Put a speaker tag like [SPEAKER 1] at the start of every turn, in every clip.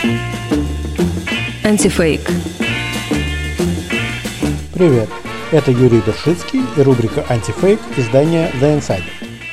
[SPEAKER 1] Антифейк.
[SPEAKER 2] Привет, это Юрий Бершицкий и рубрика «Антифейк» издания The Insider.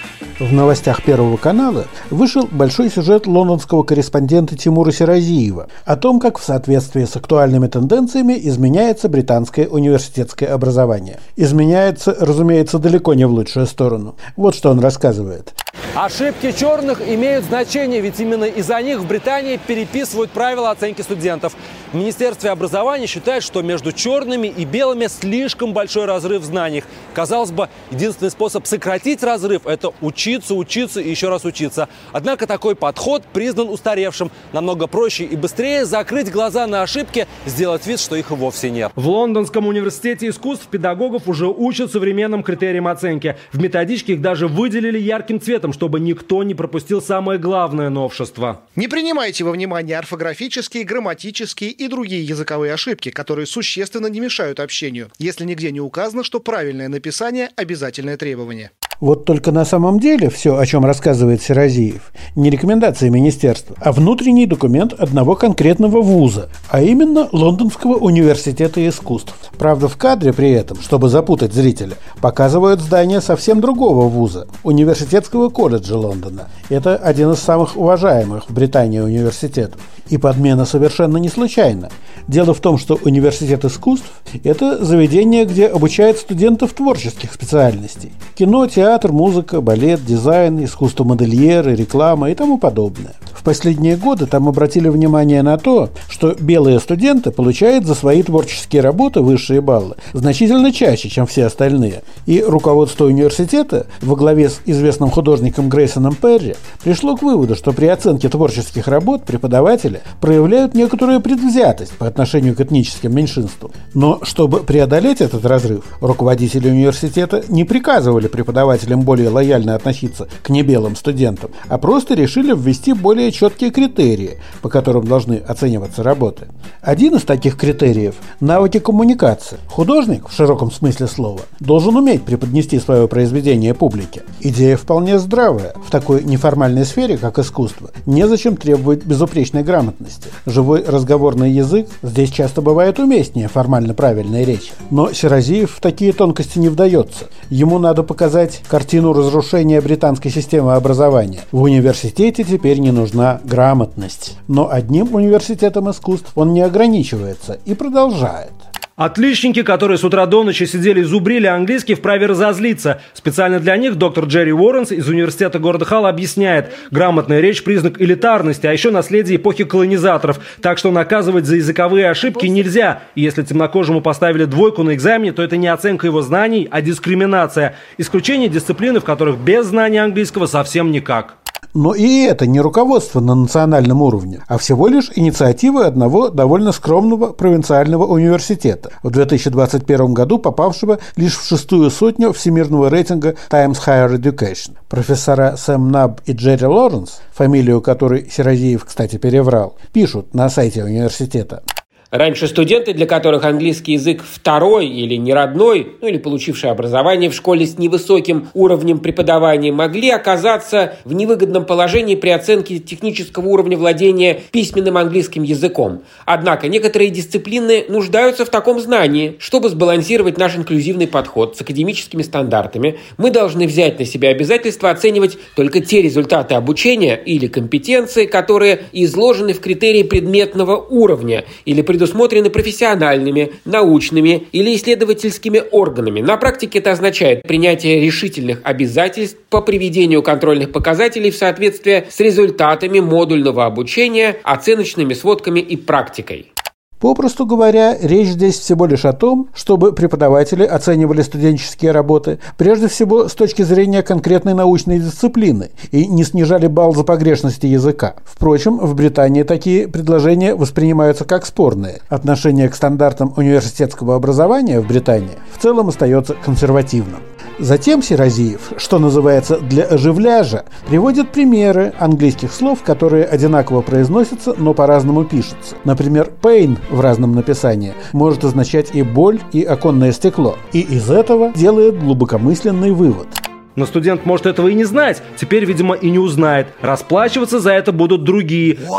[SPEAKER 2] В новостях Первого канала вышел большой сюжет лондонского корреспондента Тимура Серазиева о том, как в соответствии с актуальными тенденциями изменяется британское университетское образование. Изменяется, разумеется, далеко не в лучшую сторону. Вот что он рассказывает.
[SPEAKER 3] Ошибки черных имеют значение, ведь именно из-за них в Британии переписывают правила оценки студентов. В Министерстве образования считают, что между черными и белыми слишком большой разрыв в знаниях. Казалось бы, единственный способ сократить разрыв – это учиться и еще раз учиться. Однако такой подход признан устаревшим. Намного проще и быстрее закрыть глаза на ошибки, сделать вид, что их и вовсе нет. В Лондонском университете искусств педагогов уже учат современным критериям оценки. В методичке их даже выделили ярким цветом, чтобы никто не пропустил самое главное новшество.
[SPEAKER 4] Не принимайте во внимание орфографические, грамматические и другие языковые ошибки, которые существенно не мешают общению, если нигде не указано, что правильное написание – обязательное требование.
[SPEAKER 2] Вот только на самом деле все, о чем рассказывает Серазиев, не рекомендация министерства, а внутренний документ одного конкретного вуза, а именно Лондонского университета искусств. Правда, в кадре при этом, чтобы запутать зрителя, показывают здание совсем другого вуза – Университетского колледжа Лондона. Это один из самых уважаемых в Британии университетов. И подмена совершенно не случайна. Дело в том, что Университет искусств – это заведение, где обучают студентов творческих специальностей. Кино, театр, музыка, балет, дизайн, искусство модельеры, реклама и тому подобное. В последние годы там обратили внимание на то, что белые студенты получают за свои творческие работы высшие баллы значительно чаще, чем все остальные. И руководство университета во главе с известным художником Грейсоном Перри пришло к выводу, что при оценке творческих работ преподаватели проявляют некоторую предвзятость по отношению к этническим меньшинствам. Но чтобы преодолеть этот разрыв, руководители университета не приказывали преподавателям более лояльно относиться к небелым студентам, а просто решили ввести более четкие критерии, по которым должны оцениваться работы. Один из таких критериев – навыки коммуникации. Художник, в широком смысле слова, должен уметь преподнести свое произведение публике. Идея вполне здравая. В такой неформальной сфере, как искусство, незачем требовать безупречной грамотности. Живой разговорный язык здесь часто бывает уместнее формально правильной речи. Но Серазиев в такие тонкости не вдается. Ему надо показать картину разрушения британской системы образования. В университете теперь не нужна грамотность. Но одним университетом искусств он не ограничивается и продолжает.
[SPEAKER 3] Отличники, которые с утра до ночи сидели и зубрили английский, вправе разозлиться. Специально для них доктор Джерри Уорренс из университета города Халл объясняет: грамотная речь – признак элитарности, а еще наследие эпохи колонизаторов. Так что наказывать за языковые ошибки нельзя. И если темнокожему поставили 2 на экзамене, то это не оценка его знаний, а дискриминация. Исключение дисциплины, в которых без знания английского совсем никак.
[SPEAKER 2] Но и это не руководство на национальном уровне, а всего лишь инициатива одного довольно скромного провинциального университета, в 2021 году попавшего лишь в 6-ю сотню всемирного рейтинга Times Higher Education. Профессора Сэм Набб и Джерри Лоренс, фамилию которой Серазиев, кстати, переврал, пишут на сайте университета.
[SPEAKER 5] Раньше студенты, для которых английский язык второй или не родной, или получившие образование в школе с невысоким уровнем преподавания, могли оказаться в невыгодном положении при оценке технического уровня владения письменным английским языком. Однако некоторые дисциплины нуждаются в таком знании. Чтобы сбалансировать наш инклюзивный подход с академическими стандартами, мы должны взять на себя обязательство оценивать только те результаты обучения или компетенции, которые изложены в критерии предметного уровня или предусмотрены профессиональными, научными или исследовательскими органами. На практике это означает принятие решительных обязательств по приведению контрольных показателей в соответствии с результатами модульного обучения, оценочными сводками и практикой.
[SPEAKER 2] Попросту говоря, речь здесь всего лишь о том, чтобы преподаватели оценивали студенческие работы прежде всего с точки зрения конкретной научной дисциплины и не снижали балл за погрешности языка. Впрочем, в Британии такие предложения воспринимаются как спорные. Отношение к стандартам университетского образования в Британии в целом остается консервативным. Затем Серазиев, что называется для оживляжа, приводит примеры английских слов, которые одинаково произносятся, но по-разному пишутся. Например, pain в разном написании может означать и боль, и оконное стекло. И из этого делает глубокомысленный вывод.
[SPEAKER 3] Но студент может этого и не знать. Теперь, видимо, и не узнает. Расплачиваться за это будут другие.
[SPEAKER 4] What?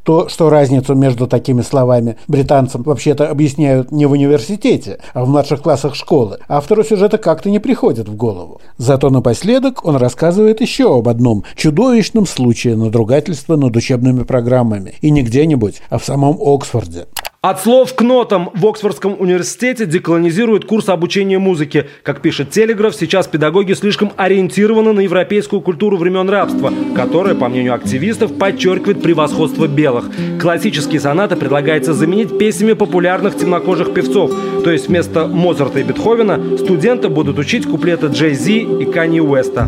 [SPEAKER 2] То, что разницу между такими словами британцам вообще-то объясняют не в университете, а в младших классах школы, автору сюжета как-то не приходит в голову. Зато напоследок он рассказывает еще об одном чудовищном случае надругательства над учебными программами. И не где-нибудь, а в самом Оксфорде.
[SPEAKER 3] От слов к нотам в Оксфордском университете деколонизируют курс обучения музыке. Как пишет Телеграф, сейчас педагоги слишком ориентированы на европейскую культуру времен рабства, которая, по мнению активистов, подчеркивает превосходство белых. Классические сонаты предлагается заменить песнями популярных темнокожих певцов. То есть вместо Моцарта и Бетховена студенты будут учить куплеты Джей-Зи и Канье Уэста.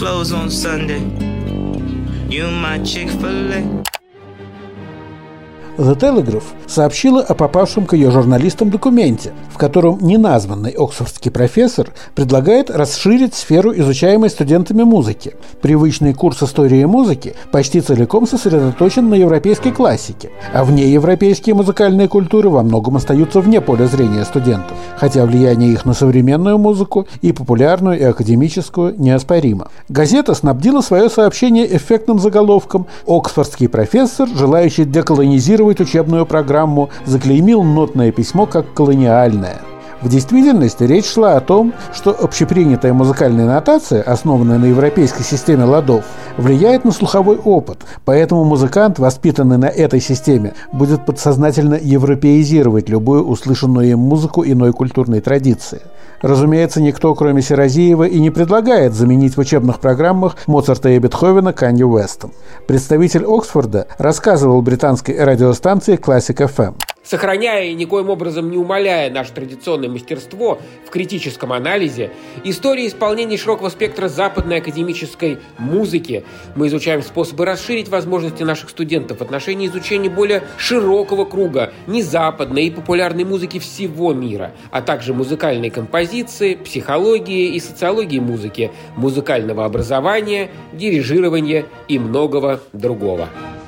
[SPEAKER 2] The Telegraph сообщила о попавшем к ее журналистам документе, в котором неназванный оксфордский профессор предлагает расширить сферу изучаемой студентами музыки. Привычный курс истории музыки почти целиком сосредоточен на европейской классике, а внеевропейские музыкальные культуры во многом остаются вне поля зрения студентов, хотя влияние их на современную музыку, и популярную, и академическую, неоспоримо. Газета снабдила свое сообщение эффектным заголовком «Оксфордский профессор, желающий деколонизировать учебную программу, заклеймил нотное письмо как колониальное». В действительности речь шла о том, что общепринятая музыкальная нотация, основанная на европейской системе ладов, влияет на слуховой опыт, поэтому музыкант, воспитанный на этой системе, будет подсознательно европеизировать любую услышанную им музыку иной культурной традиции. Разумеется, никто, кроме Серазиева, и не предлагает заменить в учебных программах Моцарта и Бетховена Канье Уэстом. Представитель Оксфорда рассказывал британской радиостанции Classic FM.
[SPEAKER 5] Сохраняя и никоим образом не умаляя наше традиционное мастерство в критическом анализе, истории исполнения широкого спектра западной академической музыки, мы изучаем способы расширить возможности наших студентов в отношении изучения более широкого круга незападной и популярной музыки всего мира, а также музыкальной композиции, психологии и социологии музыки, музыкального образования, дирижирования и многого другого.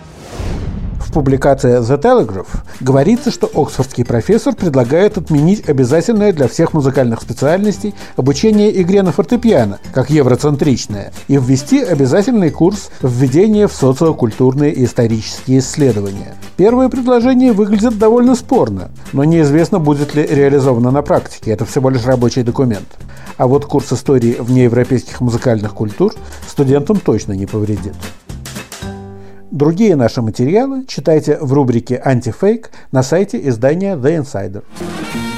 [SPEAKER 2] В публикации The Telegraph говорится, что оксфордский профессор предлагает отменить обязательное для всех музыкальных специальностей обучение игре на фортепиано, как евроцентричное, и ввести обязательный курс введения в социокультурные и исторические исследования. Первое предложение выглядит довольно спорно, но неизвестно, будет ли реализовано на практике, это всего лишь рабочий документ. А вот курс истории внеевропейских музыкальных культур студентам точно не повредит. Другие наши материалы читайте в рубрике «Антифейк» на сайте издания The Insider.